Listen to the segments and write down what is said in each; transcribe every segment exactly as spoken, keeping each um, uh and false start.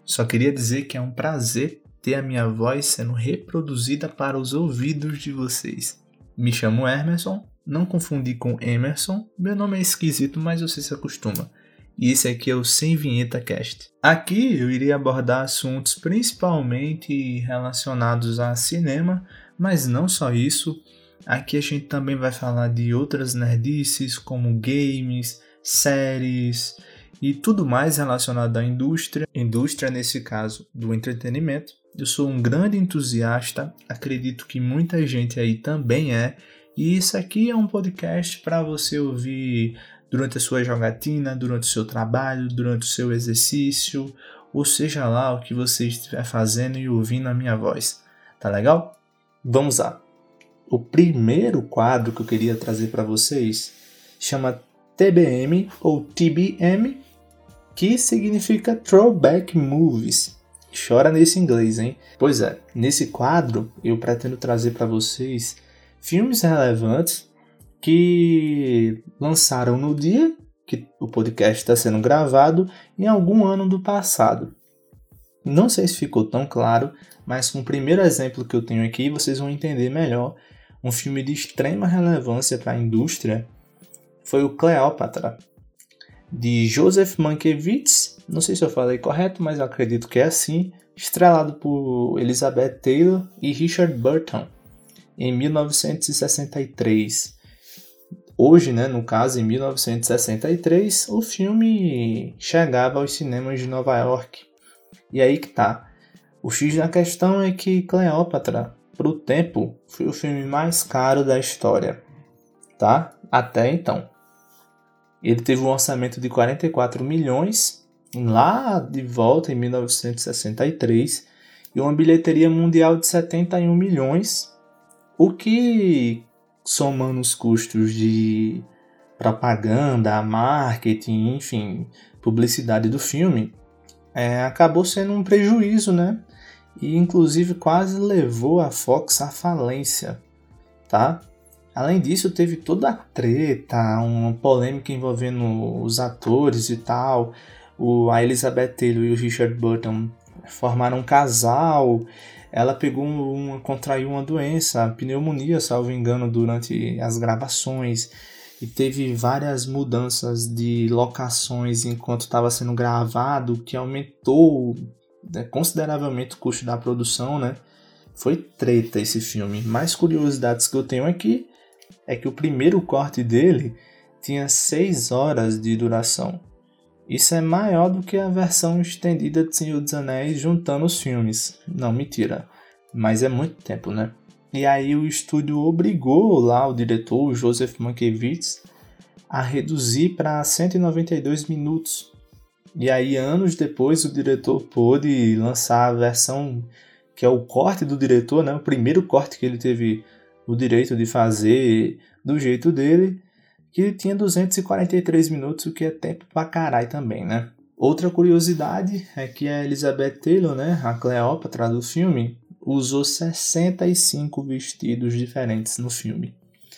Só queria dizer que é um prazer ter a minha voz sendo reproduzida para os ouvidos de vocês. Me chamo Emerson, não confundir com Emerson, meu nome é esquisito, mas você se acostuma. E esse aqui é o Sem Vinheta Cast. Aqui eu irei abordar assuntos principalmente relacionados a cinema, mas não só isso. Aqui a gente também vai falar de outras nerdices como games, séries e tudo mais relacionado à indústria, indústria nesse caso do entretenimento. Eu sou um grande entusiasta, acredito que muita gente aí também é, e isso aqui é um podcast para você ouvir durante a sua jogatina, durante o seu trabalho, durante o seu exercício, ou seja lá o que você estiver fazendo e ouvindo a minha voz. Tá legal? Vamos lá. O primeiro quadro que eu queria trazer para vocês chama T B M ou T B M, que significa Throwback Movies. Chora nesse inglês, hein? Pois é, nesse quadro eu pretendo trazer para vocês filmes relevantes que lançaram no dia que o podcast está sendo gravado em algum ano do passado. Não sei se ficou tão claro, mas com o primeiro exemplo que eu tenho aqui vocês vão entender melhor. Um filme de extrema relevância para a indústria foi o Cleópatra, de Joseph Mankiewicz, não sei se eu falei correto, mas eu acredito que é assim, estrelado por Elizabeth Taylor e Richard Burton, em mil novecentos e sessenta e três. Hoje, né, no caso, em mil novecentos e sessenta e três, o filme chegava aos cinemas de Nova York. E aí que tá. O X da questão é que Cleópatra, pro tempo, foi o filme mais caro da história, tá? Até então. Ele teve um orçamento de quarenta e quatro milhões, lá de volta em mil novecentos e sessenta e três, e uma bilheteria mundial de setenta e um milhões, o que, somando os custos de propaganda, marketing, enfim, publicidade do filme, é, acabou sendo um prejuízo, né? E inclusive quase levou a Fox à falência, tá? Além disso, teve toda a treta, uma polêmica envolvendo os atores e tal. O, a Elizabeth Taylor e o Richard Burton formaram um casal. Ela pegou uma, contraiu uma doença, pneumonia, salvo engano, durante as gravações. E teve várias mudanças de locações enquanto estava sendo gravado, que aumentou, né, consideravelmente o custo da produção, né? Foi treta esse filme. Mais curiosidades que eu tenho aqui é que o primeiro corte dele tinha seis horas de duração. Isso é maior do que a versão estendida de Senhor dos Anéis juntando os filmes. Não, mentira. Mas é muito tempo, né? E aí o estúdio obrigou lá o diretor, o Joseph Mankiewicz, a reduzir para cento e noventa e dois minutos. E aí, anos depois, o diretor pôde lançar a versão que é o corte do diretor, né? O primeiro corte que ele teve o direito de fazer do jeito dele, que tinha duzentos e quarenta e três minutos, o que é tempo pra caralho também, né? Outra curiosidade é que a Elizabeth Taylor, né, a Cleópatra do filme, usou sessenta e cinco vestidos diferentes no filme.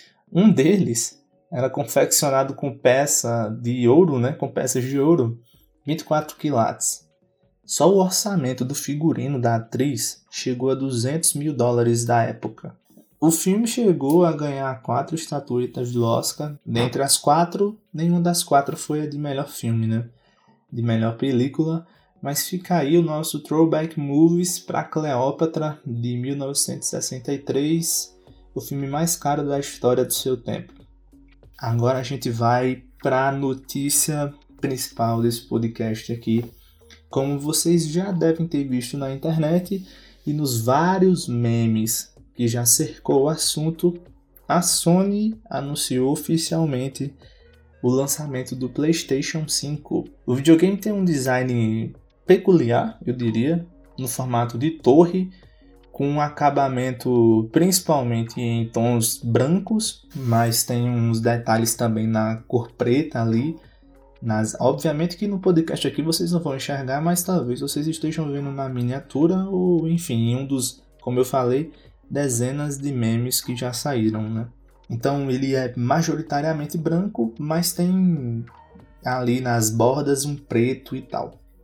Um deles era confeccionado com peça de ouro, né, com peças de ouro, vinte e quatro quilates. Só o orçamento do figurino da atriz chegou a duzentos mil dólares da época. O filme chegou a ganhar quatro estatuetas do Oscar. Dentre as quatro, nenhuma das quatro foi a de melhor filme, né? De melhor película. Mas fica aí o nosso Throwback Movies para Cleópatra, de mil novecentos e sessenta e três. O filme mais caro da história do seu tempo. Agora a gente vai para a notícia principal desse podcast aqui. Como vocês já devem ter visto na internet e nos vários memes que já cercou o assunto, a Sony anunciou oficialmente o lançamento do PlayStation cinco. O videogame tem um design peculiar, eu diria, no formato de torre, com um acabamento principalmente em tons brancos, mas tem uns detalhes também na cor preta ali. Nas, obviamente que no podcast aqui vocês não vão enxergar, mas talvez vocês estejam vendo na miniatura ou, enfim, em um dos, como eu falei, dezenas de memes que já saíram, né? Então ele é majoritariamente branco, mas tem ali nas bordas um preto e tal.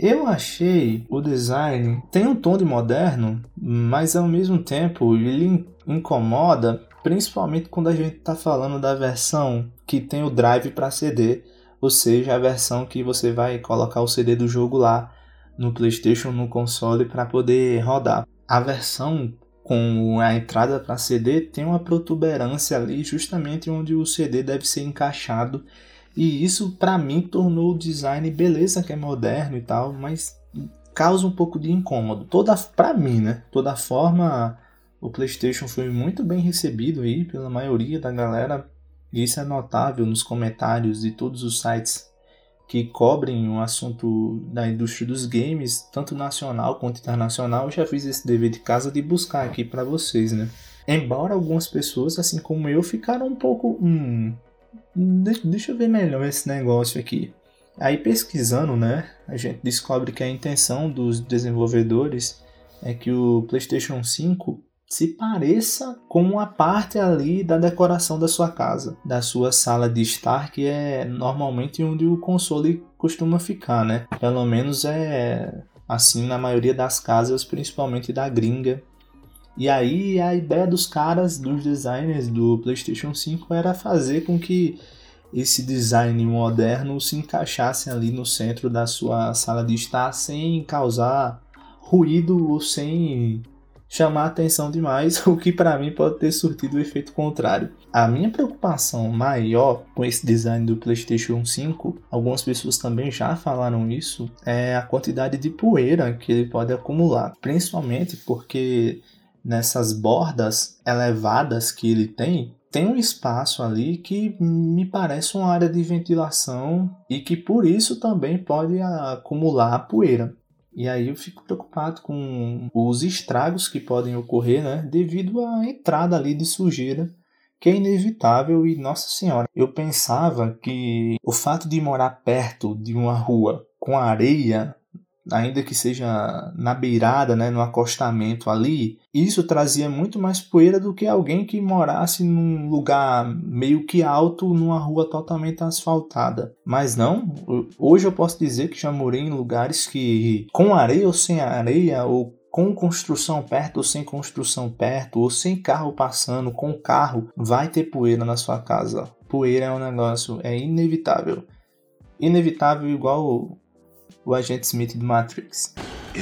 Eu achei o design tem um tom de moderno, mas ao mesmo tempo ele incomoda, principalmente quando a gente está falando da versão que tem o drive para C D, ou seja, a versão que você vai colocar o C D do jogo lá no PlayStation, no console, para poder rodar. A versão com a entrada para C D tem uma protuberância ali justamente onde o C D deve ser encaixado, e isso para mim tornou o design, beleza que é moderno e tal, mas causa um pouco de incômodo. Toda para mim, né? Toda forma, o PlayStation foi muito bem recebido aí pela maioria da galera, e isso é notável nos comentários de todos os sites que cobrem o assunto da indústria dos games, tanto nacional quanto internacional. Eu já fiz esse dever de casa de buscar aqui para vocês, né? Embora algumas pessoas, assim como eu, ficaram um pouco... Hum, deixa eu ver melhor esse negócio aqui. Aí pesquisando, né, a gente descobre que a intenção dos desenvolvedores é que o PlayStation cinco se pareça com uma parte ali da decoração da sua casa, da sua sala de estar, que é normalmente onde o console costuma ficar, né? Pelo menos é assim na maioria das casas, principalmente da gringa. E aí a ideia dos caras, dos designers do PlayStation cinco, era fazer com que esse design moderno se encaixasse ali no centro da sua sala de estar sem causar ruído ou sem chamar atenção demais, o que para mim pode ter surtido o efeito contrário. A minha preocupação maior com esse design do PlayStation cinco, algumas pessoas também já falaram isso, é a quantidade de poeira que ele pode acumular, principalmente porque nessas bordas elevadas que ele tem, tem um espaço ali que me parece uma área de ventilação e que por isso também pode acumular poeira. E aí eu fico preocupado com os estragos que podem ocorrer, né, devido à entrada ali de sujeira, que é inevitável. E, nossa senhora, eu pensava que o fato de morar perto de uma rua com areia, ainda que seja na beirada, né, no acostamento ali, isso trazia muito mais poeira do que alguém que morasse num lugar meio que alto, numa rua totalmente asfaltada. Mas não, hoje eu posso dizer que já morei em lugares que, com areia ou sem areia, ou com construção perto ou sem construção perto, ou sem carro passando, com carro, vai ter poeira na sua casa. Poeira é um negócio, é inevitável. Inevitável igual o agente Smith do Matrix.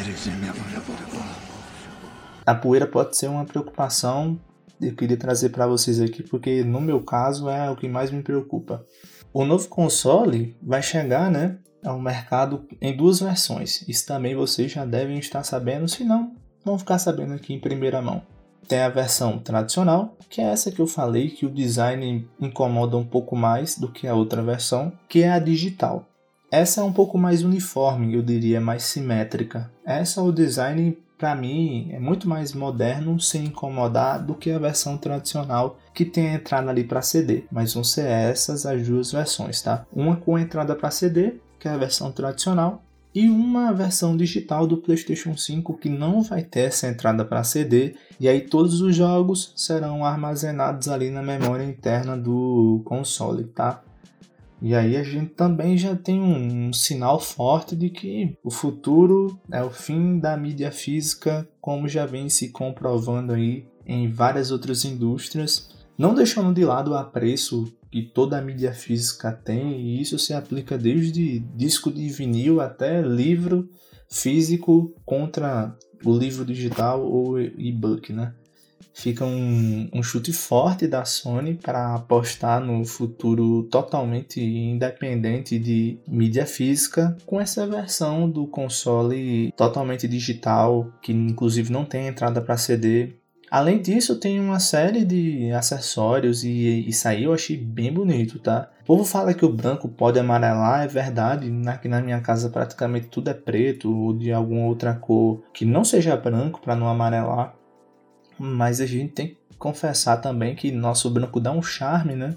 A poeira pode ser uma preocupação que eu queria trazer para vocês aqui, porque no meu caso é o que mais me preocupa. O novo console vai chegar, né, ao mercado em duas versões. Isso também vocês já devem estar sabendo, se não, vão ficar sabendo aqui em primeira mão. Tem a versão tradicional, que é essa que eu falei, que o design incomoda um pouco mais do que a outra versão, que é a digital. Essa é um pouco mais uniforme, eu diria, mais simétrica. Essa, o design, para mim, é muito mais moderno, sem incomodar, do que a versão tradicional, que tem a entrada ali para C D. Mas vão ser essas as duas versões, tá? Uma com entrada para C D, que é a versão tradicional, e uma versão digital do PlayStation cinco que não vai ter essa entrada para C D, e aí todos os jogos serão armazenados ali na memória interna do console, tá? E aí a gente também já tem um, um sinal forte de que o futuro é o fim da mídia física, como já vem se comprovando aí em várias outras indústrias, não deixando de lado o apreço que toda a mídia física tem, e isso se aplica desde disco de vinil até livro físico contra o livro digital ou e-book, né? Fica um, um chute forte da Sony para apostar no futuro totalmente independente de mídia física, com essa versão do console totalmente digital, que inclusive não tem entrada para C D. Além disso, tem uma série de acessórios e isso aí eu achei bem bonito, tá? O povo fala que o branco pode amarelar, é verdade. Aqui na minha casa praticamente tudo é preto ou de alguma outra cor que não seja branco para não amarelar. Mas a gente tem que confessar também que nosso branco dá um charme, né?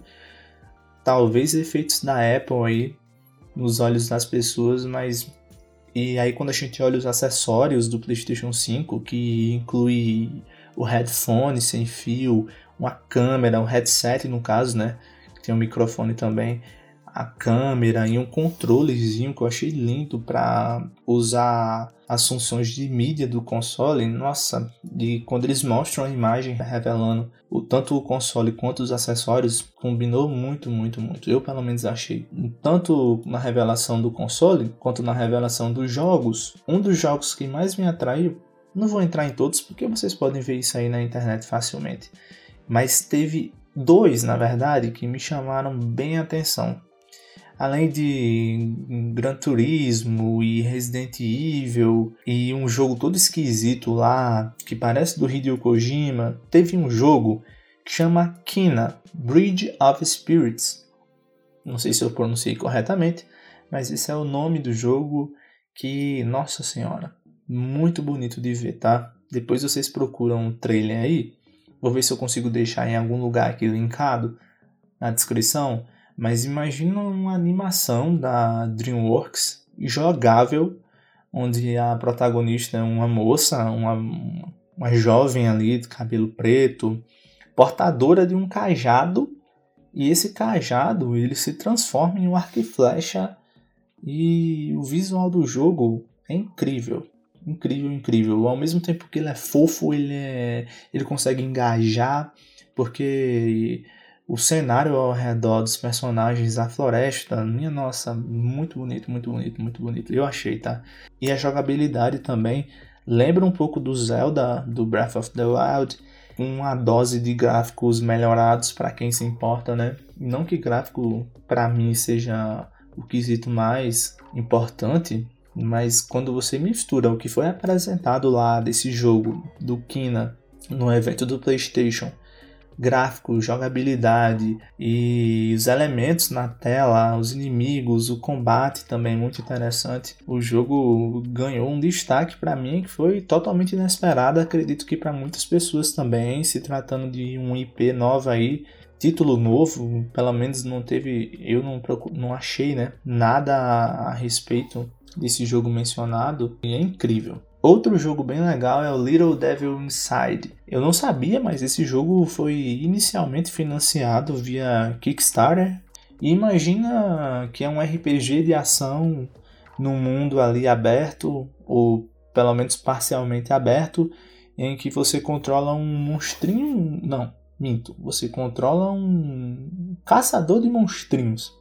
Talvez efeitos da Apple aí nos olhos das pessoas, mas... E aí quando a gente olha os acessórios do PlayStation cinco, que inclui o headphone sem fio, uma câmera, um headset no caso, né? Que tem um microfone também. a câmera e um controlezinho que eu achei lindo para usar as funções de mídia do console. Nossa, e quando eles mostram a imagem revelando o, tanto o console quanto os acessórios, combinou muito, muito, muito. Eu pelo menos achei. Tanto na revelação do console quanto na revelação dos jogos. Um dos jogos que mais me atraiu, não vou entrar em todos porque vocês podem ver isso aí na internet facilmente, mas teve dois, na verdade, que me chamaram bem a atenção. Além de Gran Turismo e Resident Evil e um jogo todo esquisito lá, que parece do Hideo Kojima, teve um jogo que chama Kena, Bridge of Spirits. Não sei se eu pronunciei corretamente, mas esse é o nome do jogo que, nossa senhora, muito bonito de ver, tá? Depois vocês procuram um trailer aí, vou ver se eu consigo deixar em algum lugar aqui linkado na descrição. Mas imagina uma animação da DreamWorks jogável, onde a protagonista é uma moça, uma, uma jovem ali de cabelo preto, portadora de um cajado, e esse cajado ele se transforma em um arco e flecha, e o visual do jogo é incrível. Incrível, incrível. Ao mesmo tempo que ele é fofo, ele, é, ele consegue engajar, porque o cenário ao redor dos personagens, a floresta, minha nossa, muito bonito, muito bonito, muito bonito. Eu achei, tá? E a jogabilidade também lembra um pouco do Zelda, do Breath of the Wild, com uma dose de gráficos melhorados para quem se importa, né? Não que gráfico, para mim, seja o quesito mais importante, mas quando você mistura o que foi apresentado lá desse jogo, do Kena, no evento do PlayStation, gráficos, jogabilidade e os elementos na tela, os inimigos, o combate também muito interessante. O jogo ganhou um destaque para mim que foi totalmente inesperado, acredito que para muitas pessoas também, se tratando de um I P nova aí, título novo, pelo menos não teve, eu não, procuro, não achei, né, nada a, a respeito desse jogo mencionado, e é incrível. Outro jogo bem legal é o Little Devil Inside. Eu não sabia, mas esse jogo foi inicialmente financiado via Kickstarter. E imagina que é um R P G de ação num mundo ali aberto, ou pelo menos parcialmente aberto, em que você controla um monstrinho... Não, minto. Você controla um caçador de monstrinhos.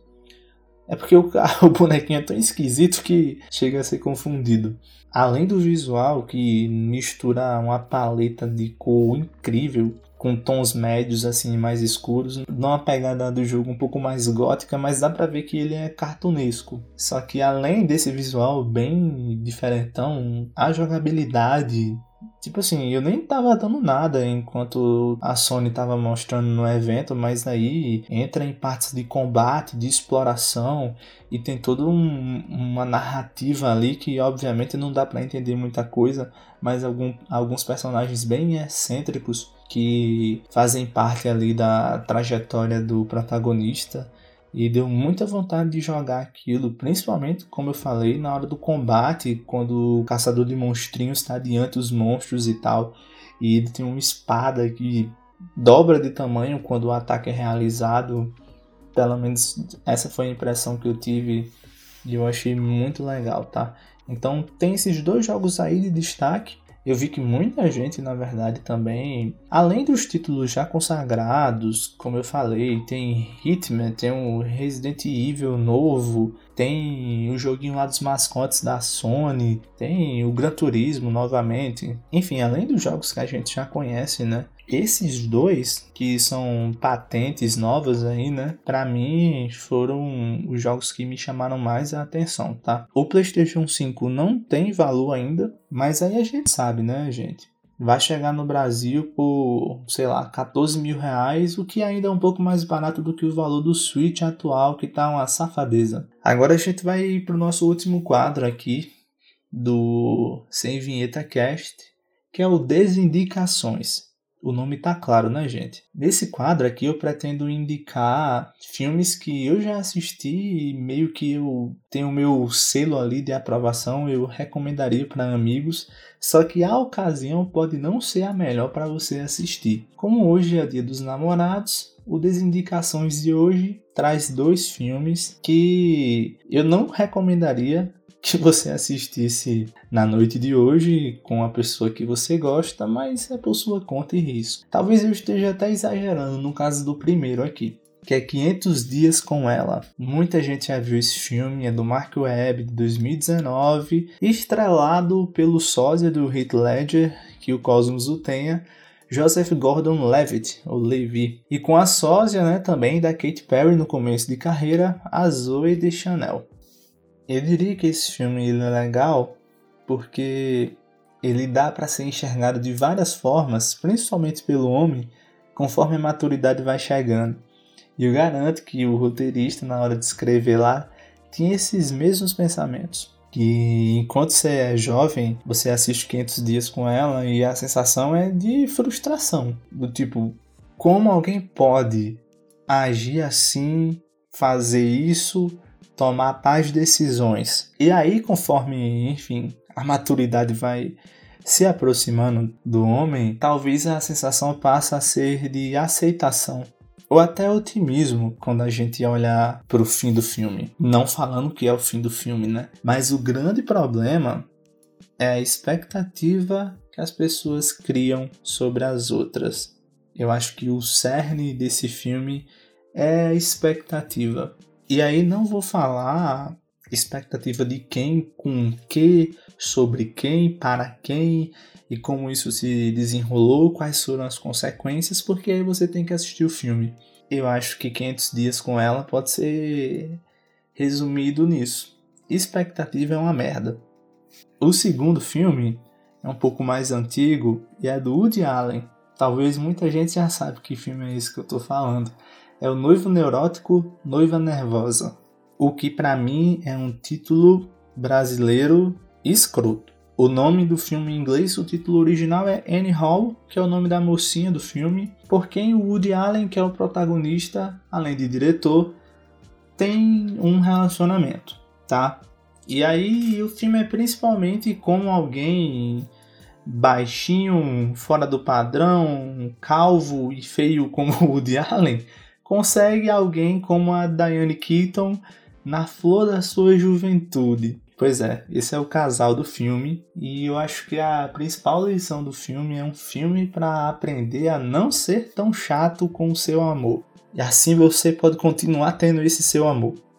É porque o, o bonequinho é tão esquisito que chega a ser confundido. Além do visual, que mistura uma paleta de cor incrível, com tons médios assim mais escuros, dá uma pegada do jogo um pouco mais gótica, mas dá pra ver que ele é cartunesco. Só que além desse visual bem diferentão, a jogabilidade... Tipo assim, eu nem tava dando nada enquanto a Sony tava mostrando no evento, mas aí entra em partes de combate, de exploração, e tem toda um, uma narrativa ali que obviamente não dá pra entender muita coisa, mas algum, alguns personagens bem excêntricos que fazem parte ali da trajetória do protagonista. E deu muita vontade de jogar aquilo, principalmente, como eu falei, na hora do combate, quando o caçador de monstrinhos está diante dos monstros e tal. E ele tem uma espada que dobra de tamanho quando o ataque é realizado. Pelo menos essa foi a impressão que eu tive e eu achei muito legal, tá? Então tem esses dois jogos aí de destaque. Eu vi que muita gente, na verdade, também, além dos títulos já consagrados, como eu falei, tem Hitman, tem o Resident Evil novo, tem o joguinho lá dos mascotes da Sony, tem o Gran Turismo novamente. Enfim, além dos jogos que a gente já conhece, né? Esses dois, que são patentes novas aí, né? Pra mim, foram os jogos que me chamaram mais a atenção, tá? O PlayStation cinco não tem valor ainda, mas aí a gente sabe, né, gente? Vai chegar no Brasil por, sei lá, quatorze mil reais, o que ainda é um pouco mais barato do que o valor do Switch atual, que tá uma safadeza. Agora a gente vai pro nosso último quadro aqui, do Sem Vinheta Cast, que é o Desindicações. O nome tá claro, né, gente? Nesse quadro aqui eu pretendo indicar filmes que eu já assisti e meio que eu tenho o meu selo ali de aprovação, eu recomendaria para amigos, só que a ocasião pode não ser a melhor para você assistir. Como hoje é dia dos namorados, o Desindicações de hoje traz dois filmes que eu não recomendaria que você assistisse na noite de hoje com a pessoa que você gosta, mas é por sua conta e risco. Talvez eu esteja até exagerando no caso do primeiro aqui, que é quinhentos Dias com Ela. Muita gente já viu esse filme, é do Mark Webb, de dois mil e dezenove, estrelado pelo sósia do Heath Ledger, que o Cosmos o tenha, Joseph Gordon-Levitt, ou Levi, e com a sósia, né, também da Katy Perry no começo de carreira, a Zooey Deschanel. Eu diria que esse filme ele é legal porque ele dá para ser enxergado de várias formas, principalmente pelo homem, conforme a maturidade vai chegando. E eu garanto que o roteirista, na hora de escrever lá, tinha esses mesmos pensamentos. Que enquanto você é jovem, você assiste quinhentos Dias com Ela e a sensação é de frustração. Do tipo, como alguém pode agir assim, fazer isso, tomar tais decisões? E aí, conforme, enfim, a maturidade vai se aproximando do homem, talvez a sensação passe a ser de aceitação. Ou até otimismo quando a gente olhar para o fim do filme. Não falando que é o fim do filme, né? Mas o grande problema é a expectativa que as pessoas criam sobre as outras. Eu acho que o cerne desse filme é a expectativa. E aí não vou falar expectativa de quem, com que, sobre quem, para quem e como isso se desenrolou, quais foram as consequências, porque aí você tem que assistir o filme. Eu acho que quinhentos Dias com Ela pode ser resumido nisso. Expectativa é uma merda. O segundo filme é um pouco mais antigo e é do Woody Allen. Talvez muita gente já sabe que filme é esse que eu tô falando. É o Noivo Neurótico, Noiva Nervosa. O que pra mim é um título brasileiro escroto. O nome do filme em inglês, o título original é Annie Hall, que é o nome da mocinha do filme, por quem o Woody Allen, que é o protagonista, além de diretor, tem um relacionamento, tá? E aí o filme é principalmente como alguém baixinho, fora do padrão, calvo e feio como o Woody Allen, consegue alguém como a Diane Keaton na flor da sua juventude. Pois é, esse é o casal do filme e eu acho que a principal lição do filme é um filme para aprender a não ser tão chato com o seu amor. E assim você pode continuar tendo esse seu amor.